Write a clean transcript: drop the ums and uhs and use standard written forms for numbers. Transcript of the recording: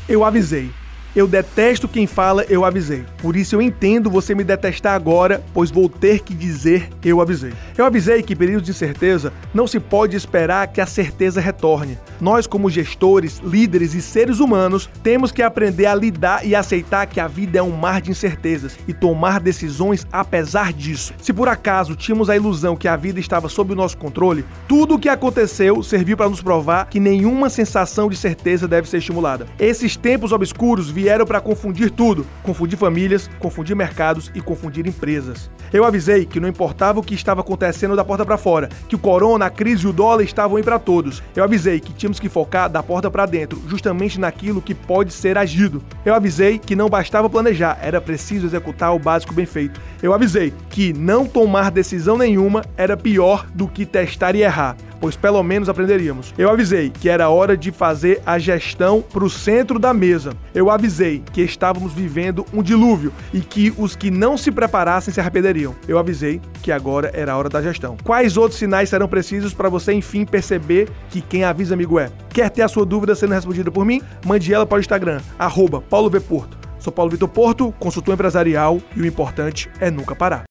Eu avisei. Eu detesto quem fala eu avisei. Por isso eu entendo você me detestar agora, pois vou ter que dizer eu avisei. Eu avisei que em períodos de incerteza não se pode esperar que a certeza retorne. Nós, como gestores, líderes e seres humanos, temos que aprender a lidar e aceitar que a vida é um mar de incertezas e tomar decisões apesar disso. Se por acaso tínhamos a ilusão que a vida estava sob o nosso controle, tudo o que aconteceu serviu para nos provar que nenhuma sensação de certeza deve ser estimulada. Esses tempos obscuros vieram para confundir tudo, confundir famílias, confundir mercados e confundir empresas. Eu avisei que não importava o que estava acontecendo da porta para fora, que o corona, a crise e o dólar estavam aí para todos. Eu avisei que tínhamos que focar da porta para dentro, justamente naquilo que pode ser agido. Eu avisei que não bastava planejar, era preciso executar o básico bem feito. Eu avisei que não tomar decisão nenhuma era pior do que testar e errar, pois pelo menos aprenderíamos. Eu avisei que era hora de fazer a gestão para o centro da mesa. Eu avisei que estávamos vivendo um dilúvio e que os que não se preparassem se arrependeriam. Eu avisei que agora era a hora da gestão. Quais outros sinais serão precisos para você, enfim, perceber que quem avisa amigo é? Quer ter a sua dúvida sendo respondida por mim? Mande ela para o Instagram, @PauloVPorto. Sou Paulo Vitor Porto, consultor empresarial, e o importante é nunca parar.